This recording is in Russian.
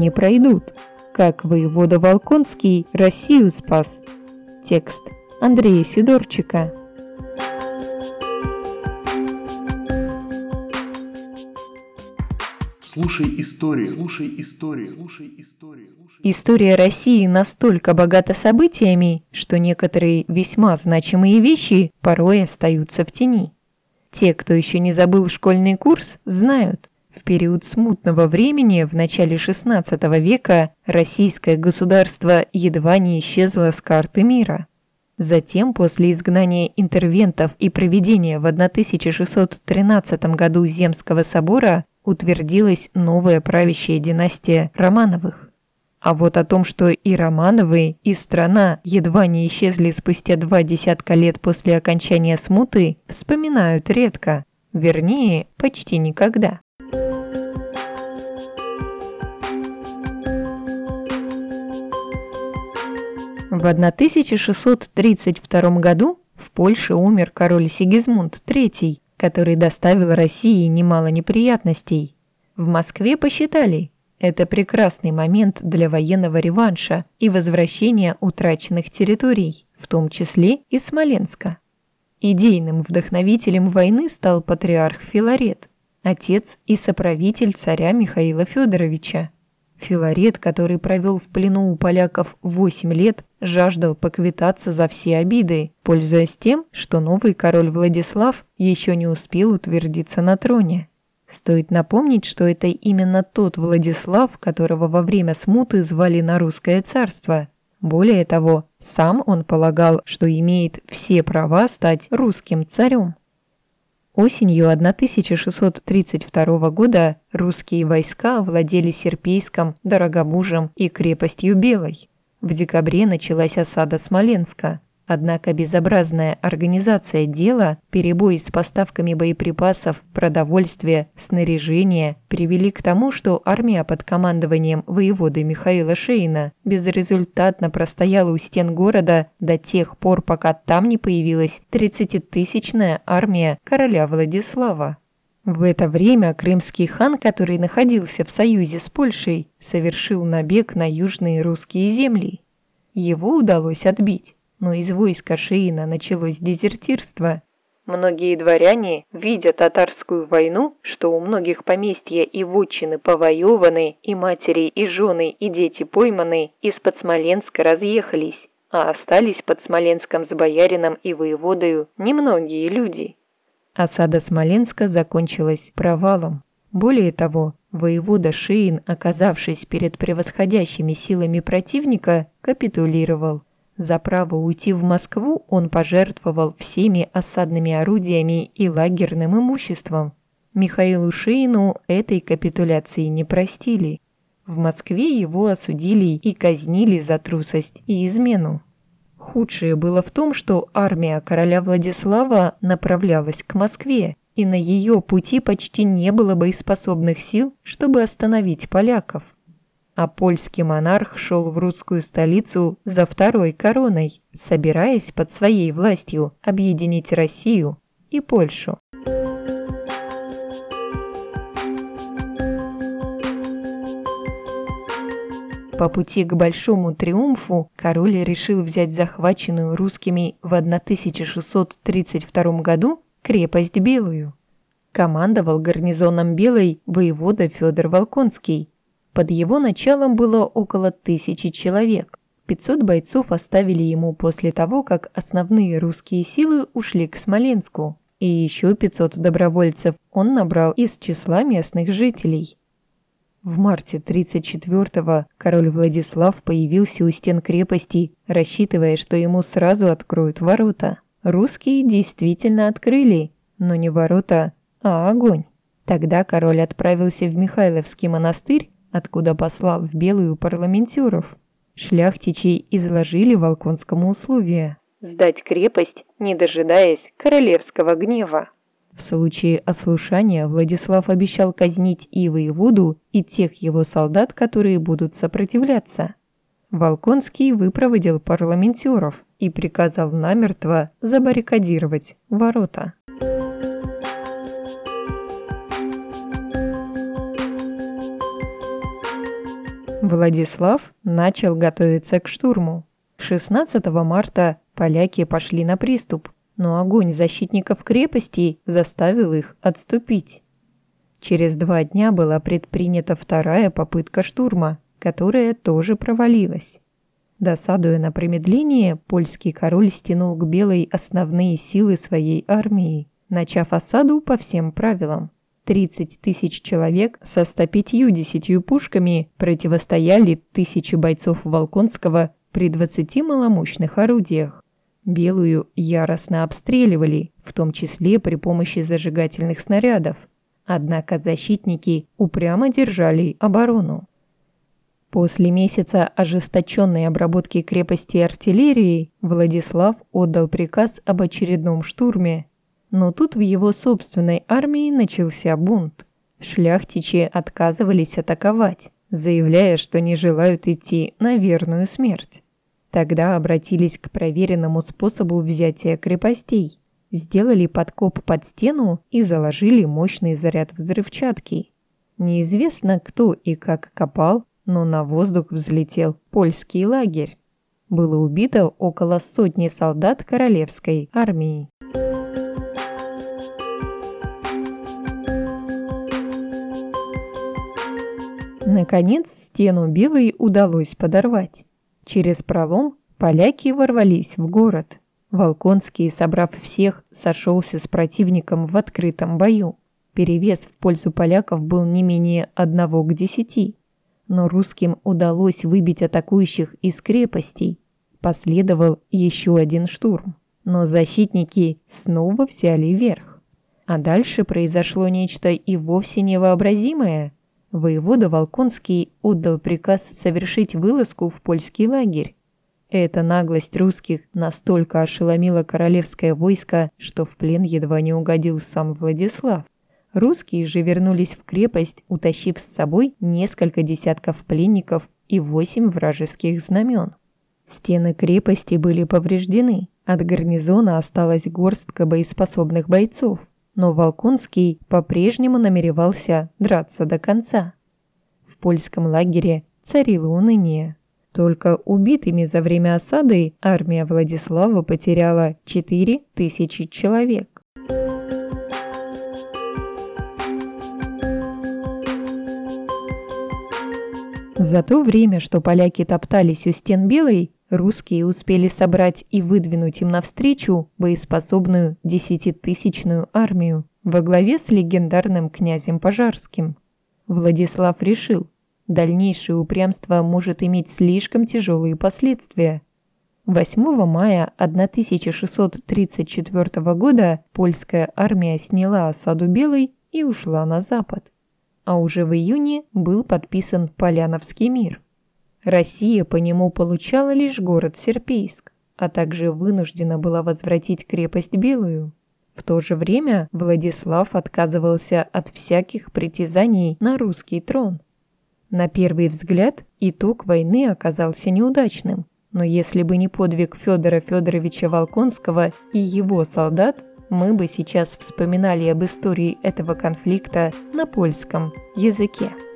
не пройдут. Как воевода Волконский Россию спас. Текст Андрея Сидорчика. Слушай историю. История России настолько богата событиями, что некоторые весьма значимые вещи порой остаются в тени. Те, кто еще не забыл школьный курс, знают, в период смутного времени в начале XVI века российское государство едва не исчезло с карты мира. Затем, после изгнания интервентов и проведения в 1613 году Земского собора, утвердилась новая правящая династия Романовых. А вот о том, что и Романовы, и страна едва не исчезли спустя 20 лет после окончания смуты, вспоминают редко, вернее, почти никогда. В 1632 году в Польше умер король Сигизмунд III, который доставил России немало неприятностей. В Москве посчитали, это прекрасный момент для военного реванша и возвращения утраченных территорий, в том числе и Смоленска. Идейным вдохновителем войны стал патриарх Филарет, отец и соправитель царя Михаила Федоровича. Филарет, который провел в плену у поляков 8 лет, жаждал поквитаться за все обиды, пользуясь тем, что новый король Владислав еще не успел утвердиться на троне. Стоит напомнить, что это именно тот Владислав, которого во время смуты звали на русское царство. Более того, сам он полагал, что имеет все права стать русским царем. Осенью 1632 года русские войска овладели Серпейском, Дорогобужем и крепостью Белой. В декабре началась осада Смоленска. Однако безобразная организация дела, перебои с поставками боеприпасов, продовольствия, снаряжения привели к тому, что армия под командованием воеводы Михаила Шейна безрезультатно простояла у стен города до тех пор, пока там не появилась 30-тысячная армия короля Владислава. В это время крымский хан, который находился в союзе с Польшей, совершил набег на южные русские земли. Его удалось отбить. Но из войска Шейна началось дезертирство. Многие дворяне, видя татарскую войну, что у многих поместья и вотчины повоеваны, и матери, и жены, и дети пойманы, из-под Смоленска разъехались, а остались под Смоленском с боярином и воеводою немногие люди. Осада Смоленска закончилась провалом. Более того, воевода Шейн, оказавшись перед превосходящими силами противника, капитулировал. За право уйти в Москву он пожертвовал всеми осадными орудиями и лагерным имуществом. Михаилу Шейну этой капитуляции не простили. В Москве его осудили и казнили за трусость и измену. Худшее было в том, что армия короля Владислава направлялась к Москве, и на ее пути почти не было боеспособных сил, чтобы остановить поляков. А польский монарх шел в русскую столицу за второй короной, собираясь под своей властью объединить Россию и Польшу. По пути к большому триумфу король решил взять захваченную русскими в 1632 году крепость Белую. Командовал гарнизоном Белой воевода Федор Волконский. Под его началом было около 1000 человек. 500 бойцов оставили ему после того, как основные русские силы ушли к Смоленску. И еще 500 добровольцев он набрал из числа местных жителей. В марте 34-го король Владислав появился у стен крепости, рассчитывая, что ему сразу откроют ворота. Русские действительно открыли, но не ворота, а огонь. Тогда король отправился в Михайловский монастырь, откуда послал в Белую парламентеров. Шляхтичи изложили Волконскому условия – сдать крепость, не дожидаясь королевского гнева. В случае ослушания Владислав обещал казнить и воеводу, и тех его солдат, которые будут сопротивляться. Волконский выпроводил парламентеров и приказал намертво забаррикадировать ворота. Владислав начал готовиться к штурму. 16 марта поляки пошли на приступ, но огонь защитников крепости заставил их отступить. Через 2 дня была предпринята вторая попытка штурма, которая тоже провалилась. Досадуя на промедление, польский король стянул к Белой основные силы своей армии, начав осаду по всем правилам. 30 тысяч человек со 150 пушками противостояли 1000 бойцов Волконского при 20 маломощных орудиях. Белую яростно обстреливали, в том числе при помощи зажигательных снарядов. Однако защитники упрямо держали оборону. После месяца ожесточенной обработки крепости артиллерией Владислав отдал приказ об очередном штурме. Но тут в его собственной армии начался бунт. Шляхтичи отказывались атаковать, заявляя, что не желают идти на верную смерть. Тогда обратились к проверенному способу взятия крепостей. Сделали подкоп под стену и заложили мощный заряд взрывчатки. Неизвестно, кто и как копал, но на воздух взлетел польский лагерь. Было убито около 100 солдат королевской армии. Наконец, стену Белой удалось подорвать. Через пролом поляки ворвались в город. Волконский, собрав всех, сошелся с противником в открытом бою. Перевес в пользу поляков был не менее 1 к 10. Но русским удалось выбить атакующих из крепостей. Последовал еще один штурм. Но защитники снова взяли верх. А дальше произошло нечто и вовсе невообразимое. Воевода Волконский отдал приказ совершить вылазку в польский лагерь. Эта наглость русских настолько ошеломила королевское войско, что в плен едва не угодил сам Владислав. Русские же вернулись в крепость, утащив с собой несколько десятков пленников и 8 вражеских знамен. Стены крепости были повреждены, от гарнизона осталась горстка боеспособных бойцов. Но Волконский по-прежнему намеревался драться до конца. В польском лагере царило уныние. Только убитыми за время осады армия Владислава потеряла 4000 человек. За то время, что поляки топтались у стен Белой, русские успели собрать и выдвинуть им навстречу боеспособную 10-тысячную армию во главе с легендарным князем Пожарским. Владислав решил, дальнейшее упрямство может иметь слишком тяжелые последствия. 8 мая 1634 года польская армия сняла осаду Белой и ушла на запад. А уже в июне был подписан Поляновский мир. Россия по нему получала лишь город Серпейск, а также вынуждена была возвратить крепость Белую. В то же время Владислав отказывался от всяких притязаний на русский трон. На первый взгляд итог войны оказался неудачным, но если бы не подвиг Федора Федоровича Волконского и его солдат, мы бы сейчас вспоминали об истории этого конфликта на польском языке.